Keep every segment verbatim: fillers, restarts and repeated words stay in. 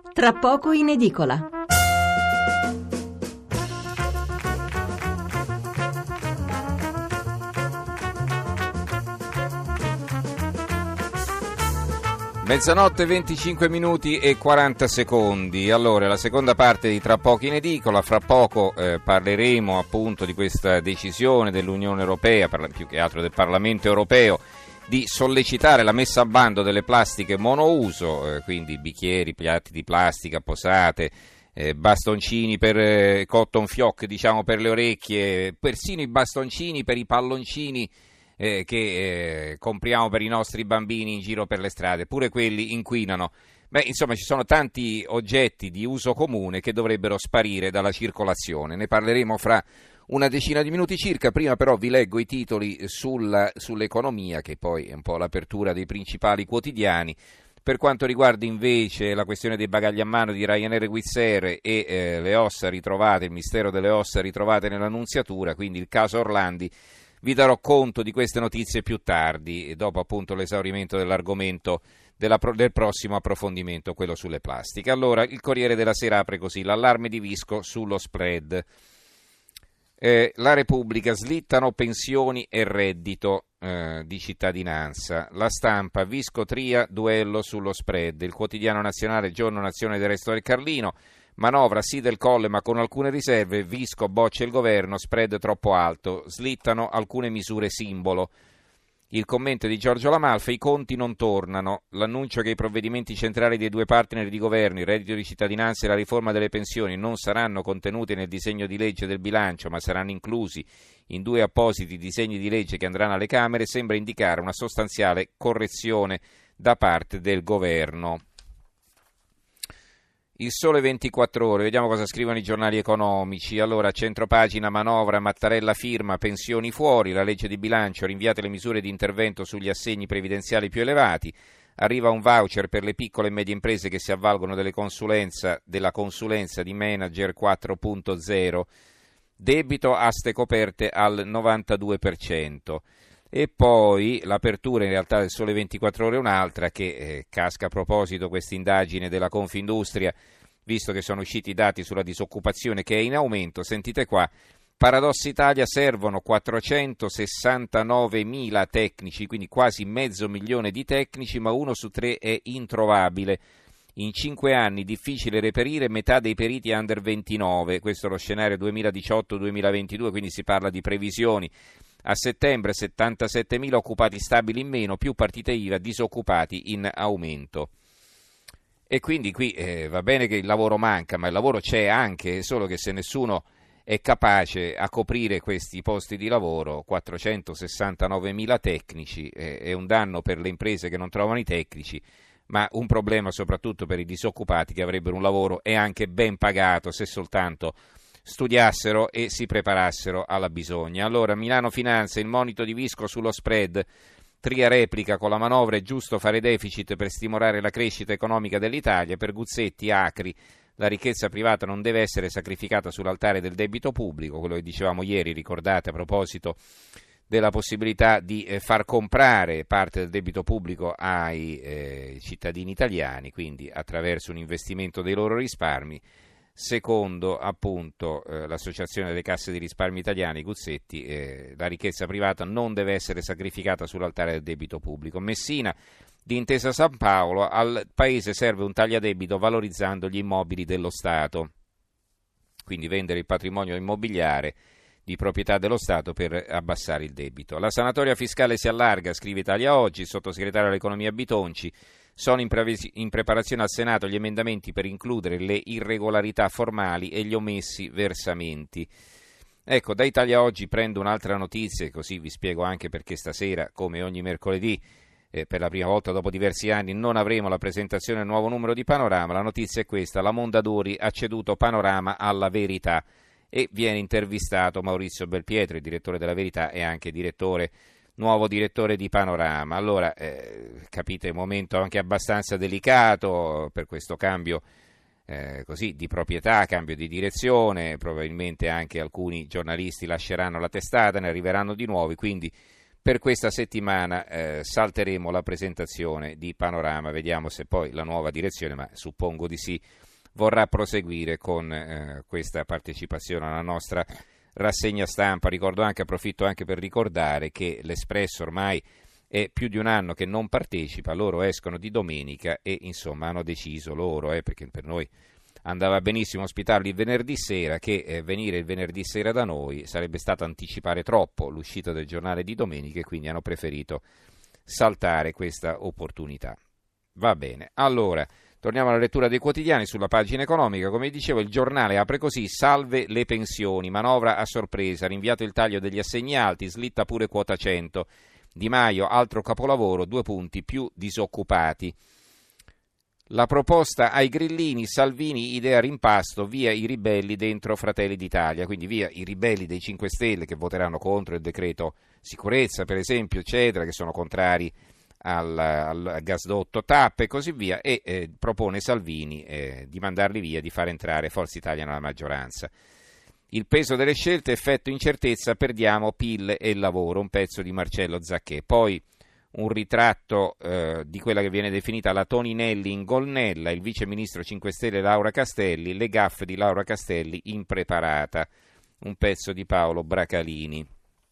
Tra poco in edicola. Mezzanotte, venticinque minuti e quaranta secondi. Allora, la seconda parte di Tra poco in edicola. Fra poco eh, parleremo appunto di questa decisione dell'Unione Europea, più che altro del Parlamento Europeo, di sollecitare la messa a bando delle plastiche monouso, eh, quindi bicchieri, piatti di plastica, posate, eh, bastoncini per eh, cotton fioc, diciamo per le orecchie, persino i bastoncini per i palloncini Eh, che eh, compriamo per i nostri bambini in giro per le strade, pure quelli inquinano. Beh, insomma, ci sono tanti oggetti di uso comune che dovrebbero sparire dalla circolazione. Ne parleremo fra una decina di minuti circa. Prima però vi leggo i titoli sulla, sull'economia, che poi è un po' l'apertura dei principali quotidiani. Per quanto riguarda invece la questione dei bagagli a mano di Ryanair e Wizz Air e eh, le ossa ritrovate, il mistero delle ossa ritrovate nell'Annunziatura, quindi il caso Orlandi, vi darò conto di queste notizie più tardi, dopo appunto l'esaurimento dell'argomento della, del prossimo approfondimento, quello sulle plastiche. Allora, il Corriere della Sera apre così: l'allarme di Visco sullo spread. Eh, la Repubblica: slittano pensioni e reddito eh, di cittadinanza. La Stampa: Visco tria duello sullo spread. Il Quotidiano Nazionale: Giorno Nazione del Resto del Carlino. Manovra sì del Colle ma con alcune riserve, Visco boccia il governo, spread troppo alto, slittano alcune misure simbolo. Il commento di Giorgio Lamalfa: i conti non tornano, l'annuncio che i provvedimenti centrali dei due partner di governo, il reddito di cittadinanza e la riforma delle pensioni, non saranno contenuti nel disegno di legge del bilancio ma saranno inclusi in due appositi disegni di legge che andranno alle Camere, sembra indicare una sostanziale correzione da parte del governo. Il Sole ventiquattro Ore, vediamo cosa scrivono i giornali economici. Allora, centropagina: manovra, Mattarella firma, pensioni fuori, la legge di bilancio, rinviate le misure di intervento sugli assegni previdenziali più elevati, arriva un voucher per le piccole e medie imprese che si avvalgono delle consulenza, della consulenza di Manager quattro punto zero, debito aste coperte al novantadue per cento. E poi l'apertura in realtà del Sole ventiquattro Ore è un'altra, che eh, casca a proposito questa indagine della Confindustria, visto che sono usciti i dati sulla disoccupazione che è in aumento. Sentite qua: Paradosso Italia, servono quattrocentosessantanovemila tecnici, quindi quasi mezzo milione di tecnici, ma uno su tre è introvabile. In cinque anni difficile reperire metà dei periti under ventinove, questo è lo scenario duemiladiciotto duemilaventidue, quindi si parla di previsioni. A settembre settantasettemila occupati stabili in meno, più partite I V A, disoccupati in aumento. E quindi qui eh, va bene che il lavoro manca, ma il lavoro c'è anche, solo che se nessuno è capace a coprire questi posti di lavoro, quattrocentosessantanovemila tecnici, eh, è un danno per le imprese che non trovano i tecnici, ma un problema soprattutto per i disoccupati che avrebbero un lavoro e anche ben pagato se soltanto studiassero e si preparassero alla bisogna. Allora, Milano Finanza: il monito di Visco sullo spread, Tria replica: con la manovra è giusto fare deficit per stimolare la crescita economica dell'Italia. Per Guzzetti, Acri: la ricchezza privata non deve essere sacrificata sull'altare del debito pubblico, quello che dicevamo ieri, ricordate, a proposito della possibilità di eh, far comprare parte del debito pubblico ai eh, cittadini italiani, quindi attraverso un investimento dei loro risparmi. Secondo appunto eh, l'Associazione delle Casse di Risparmio Italiane, Guzzetti, eh, la ricchezza privata non deve essere sacrificata sull'altare del debito pubblico. Messina: di Intesa San Paolo, al Paese serve un tagliadebito valorizzando gli immobili dello Stato, quindi vendere il patrimonio immobiliare di proprietà dello Stato per abbassare il debito. La sanatoria fiscale si allarga, scrive Italia Oggi, il sottosegretario all'economia Bitonci: sono in, pre- in preparazione al Senato gli emendamenti per includere le irregolarità formali e gli omessi versamenti. Ecco, da Italia Oggi prendo un'altra notizia, così vi spiego anche perché stasera, come ogni mercoledì, eh, per la prima volta dopo diversi anni, non avremo la presentazione del nuovo numero di Panorama. La notizia è questa: la Mondadori ha ceduto Panorama alla Verità, e viene intervistato Maurizio Belpietro, il direttore della Verità e anche direttore nuovo direttore di Panorama. Allora, eh, capite, un momento anche abbastanza delicato per questo cambio eh, così di proprietà, cambio di direzione, probabilmente anche alcuni giornalisti lasceranno la testata, ne arriveranno di nuovi, quindi Per questa settimana eh, salteremo la presentazione di Panorama, vediamo se poi la nuova direzione, ma suppongo di sì, vorrà proseguire con eh, questa partecipazione alla nostra rassegna stampa. Ricordo anche, approfitto anche per ricordare che l'Espresso ormai è più di un anno che non partecipa, loro escono di domenica e insomma hanno deciso loro, eh, perché per noi andava benissimo ospitarli il venerdì sera, che eh, venire il venerdì sera da noi sarebbe stato anticipare troppo l'uscita del giornale di domenica e quindi hanno preferito saltare questa opportunità. Va bene, allora torniamo alla lettura dei quotidiani sulla pagina economica. Come dicevo, il giornale apre così: salve le pensioni, manovra a sorpresa, rinviato il taglio degli assegni alti, slitta pure quota cento. Di Maio, altro capolavoro, due punti, più disoccupati. La proposta ai grillini, Salvini idea rimpasto, via i ribelli dentro Fratelli d'Italia, quindi via i ribelli dei cinque Stelle che voteranno contro il decreto sicurezza, per esempio, eccetera, che sono contrari al, al gasdotto T A P e così via, e eh, propone Salvini eh, di mandarli via, di far entrare Forza Italia nella maggioranza. Il peso delle scelte, effetto incertezza, perdiamo P I L e lavoro, un pezzo di Marcello Zacchè. Poi un ritratto eh, di quella che viene definita la Toninelli in gonnella, il vice ministro cinque Stelle Laura Castelli, le gaffe di Laura Castelli impreparata, un pezzo di Paolo Bracalini.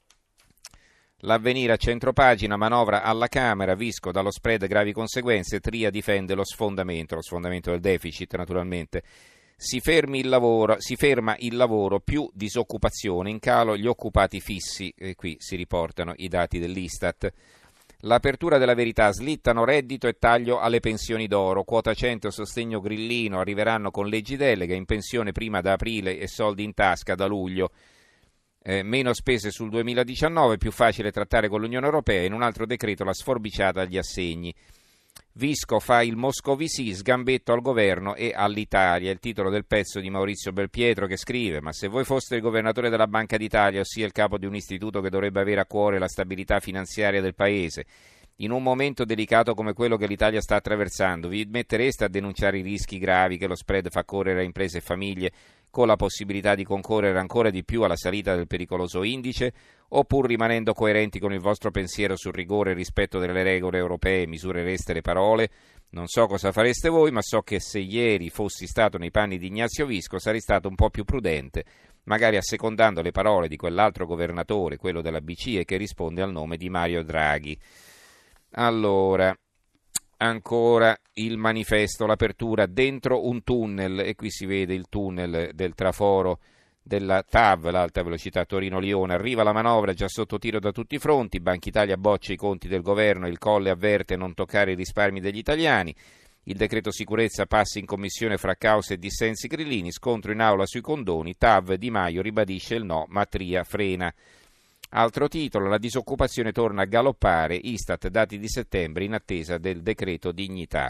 L'Avvenire a centropagina, manovra alla Camera, Visco dallo spread gravi conseguenze, Tria difende lo sfondamento, lo sfondamento del deficit naturalmente. Si, fermi il lavoro, si ferma il lavoro, più disoccupazione, in calo gli occupati fissi, e qui si riportano i dati dell'Istat. L'apertura della Verità, slittano reddito e taglio alle pensioni d'oro, quota cento, sostegno grillino, arriveranno con leggi delega, in pensione prima da aprile e soldi in tasca da luglio. Eh, meno spese sul duemiladiciannove, più facile trattare con l'Unione Europea, in un altro decreto la sforbiciata agli assegni. Visco fa il Moscovici, sgambetto al governo e all'Italia, il titolo del pezzo di Maurizio Belpietro, che scrive: ma se voi foste il governatore della Banca d'Italia, ossia il capo di un istituto che dovrebbe avere a cuore la stabilità finanziaria del paese, in un momento delicato come quello che l'Italia sta attraversando, vi mettereste a denunciare i rischi gravi che lo spread fa correre a imprese e famiglie, con la possibilità di concorrere ancora di più alla salita del pericoloso indice, oppure rimanendo coerenti con il vostro pensiero sul rigore e rispetto delle regole europee misurereste le parole? Non so cosa fareste voi, ma so che se ieri fossi stato nei panni di Ignazio Visco sarei stato un po' più prudente, magari assecondando le parole di quell'altro governatore, quello della B C E, che risponde al nome di Mario Draghi. Allora, ancora il Manifesto, l'apertura dentro un tunnel, e qui si vede il tunnel del traforo della T A V, l'alta velocità Torino-Lione. Arriva la manovra già sotto tiro da tutti i fronti, Banca Italia boccia i conti del governo, il Colle avverte non toccare i risparmi degli italiani, il decreto sicurezza passa in commissione fra caos e dissensi grillini, scontro in aula sui condoni, T A V, Di Maio ribadisce il no, ma Tria frena. Altro titolo, la disoccupazione torna a galoppare, Istat dati di settembre in attesa del decreto dignità.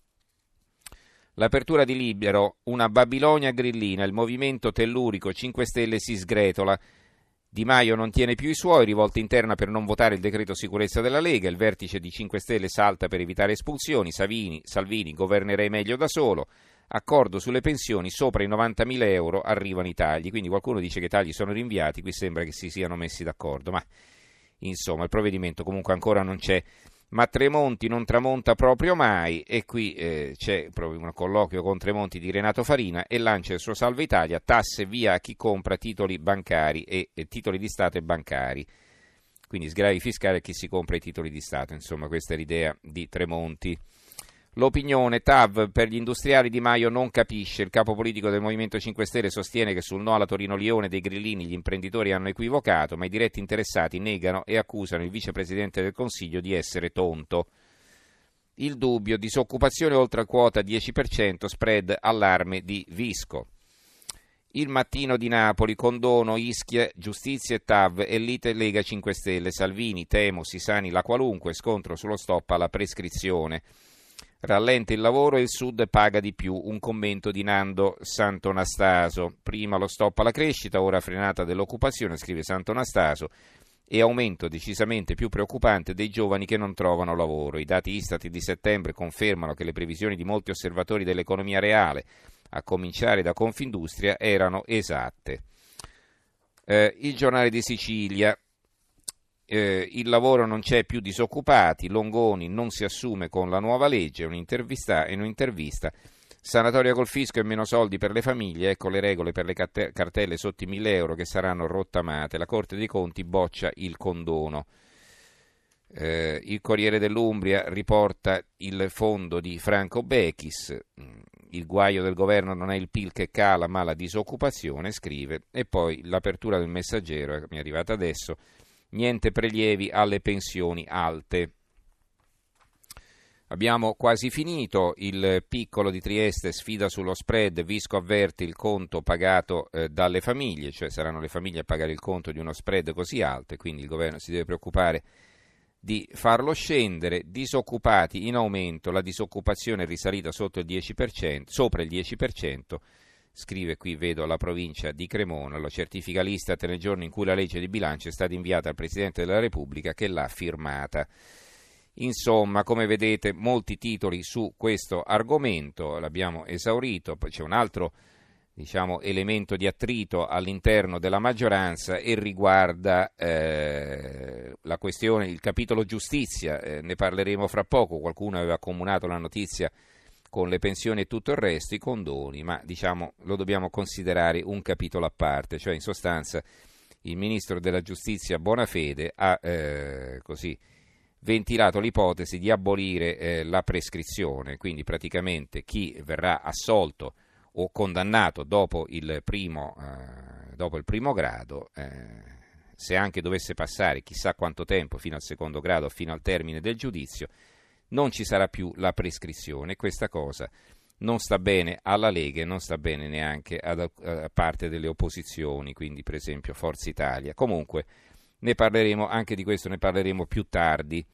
L'apertura di Libero, una Babilonia grillina, il movimento tellurico cinque Stelle si sgretola, Di Maio non tiene più i suoi, rivolta interna per non votare il decreto sicurezza della Lega, il vertice di cinque Stelle salta per evitare espulsioni, Savini, Salvini governerei meglio da solo, accordo sulle pensioni, sopra i novantamila euro arrivano i tagli, quindi qualcuno dice che i tagli sono rinviati, qui sembra che si siano messi d'accordo, ma insomma il provvedimento comunque ancora non c'è. Ma Tremonti non tramonta proprio mai, e qui eh, c'è proprio un colloquio con Tremonti di Renato Farina e lancia il suo Salva Italia, tasse via a chi compra titoli bancari e, e titoli di Stato e bancari, quindi sgravi fiscali a chi si compra i titoli di Stato, insomma questa è l'idea di Tremonti. L'opinione, T A V, per gli industriali Di Maio non capisce, il capo politico del Movimento cinque Stelle sostiene che sul no alla Torino-Lione dei grillini gli imprenditori hanno equivocato, ma i diretti interessati negano e accusano il vicepresidente del Consiglio di essere tonto. Il Dubbio, disoccupazione oltre quota dieci per cento, spread allarme di Visco. Il Mattino di Napoli, condono, Ischia, giustizia e T A V e lite Lega cinque Stelle, Salvini, temo si sani la qualunque, scontro sullo stop alla prescrizione. Rallenta il lavoro e il Sud paga di più, un commento di Nando Santonastaso. Prima lo stop alla crescita, ora frenata dell'occupazione, scrive Santonastaso, e aumento decisamente più preoccupante dei giovani che non trovano lavoro. I dati Istat di settembre confermano che le previsioni di molti osservatori dell'economia reale, a cominciare da Confindustria, erano esatte. Eh, il Giornale di Sicilia. eh, il lavoro non c'è più disoccupati, Longoni non si assume con la nuova legge, un'intervista, in un'intervista, sanatoria col fisco e meno soldi per le famiglie, ecco le regole per le cartelle sotto i mille euro che saranno rottamate, la Corte dei Conti boccia il condono. Eh, il Corriere dell'Umbria riporta il fondo di Franco Bechis, il guaio del governo non è il P I L che cala ma la disoccupazione, scrive, e poi l'apertura del Messaggero, mi è arrivata adesso, niente prelievi alle pensioni alte. Abbiamo quasi finito, il Piccolo di Trieste sfida sullo spread, Visco avverte il conto pagato eh, dalle famiglie, cioè saranno le famiglie a pagare il conto di uno spread così alto e quindi il governo si deve preoccupare di farlo scendere. Disoccupati in aumento, la disoccupazione è risalita sotto il dieci per cento, sopra il dieci per cento, scrive qui, vedo, la provincia di Cremona, lo certifica l'Istat nel giorno in cui la legge di bilancio è stata inviata al Presidente della Repubblica che l'ha firmata. Insomma, come vedete, molti titoli su questo argomento, l'abbiamo esaurito, poi c'è un altro diciamo, elemento di attrito all'interno della maggioranza e riguarda eh, la questione, il capitolo giustizia, eh, ne parleremo fra poco, qualcuno aveva comunicato la notizia con le pensioni e tutto il resto, i condoni, ma diciamo lo dobbiamo considerare un capitolo a parte, cioè in sostanza il ministro della giustizia Bonafede ha eh, così ventilato l'ipotesi di abolire eh, la prescrizione, quindi praticamente chi verrà assolto o condannato dopo il primo, eh, dopo il primo grado, eh, se anche dovesse passare chissà quanto tempo fino al secondo grado, fino al termine del giudizio, non ci sarà più la prescrizione. Questa cosa non sta bene alla Lega e non sta bene neanche ad, a parte delle opposizioni, quindi per esempio Forza Italia. Comunque ne parleremo, anche di questo ne parleremo più tardi.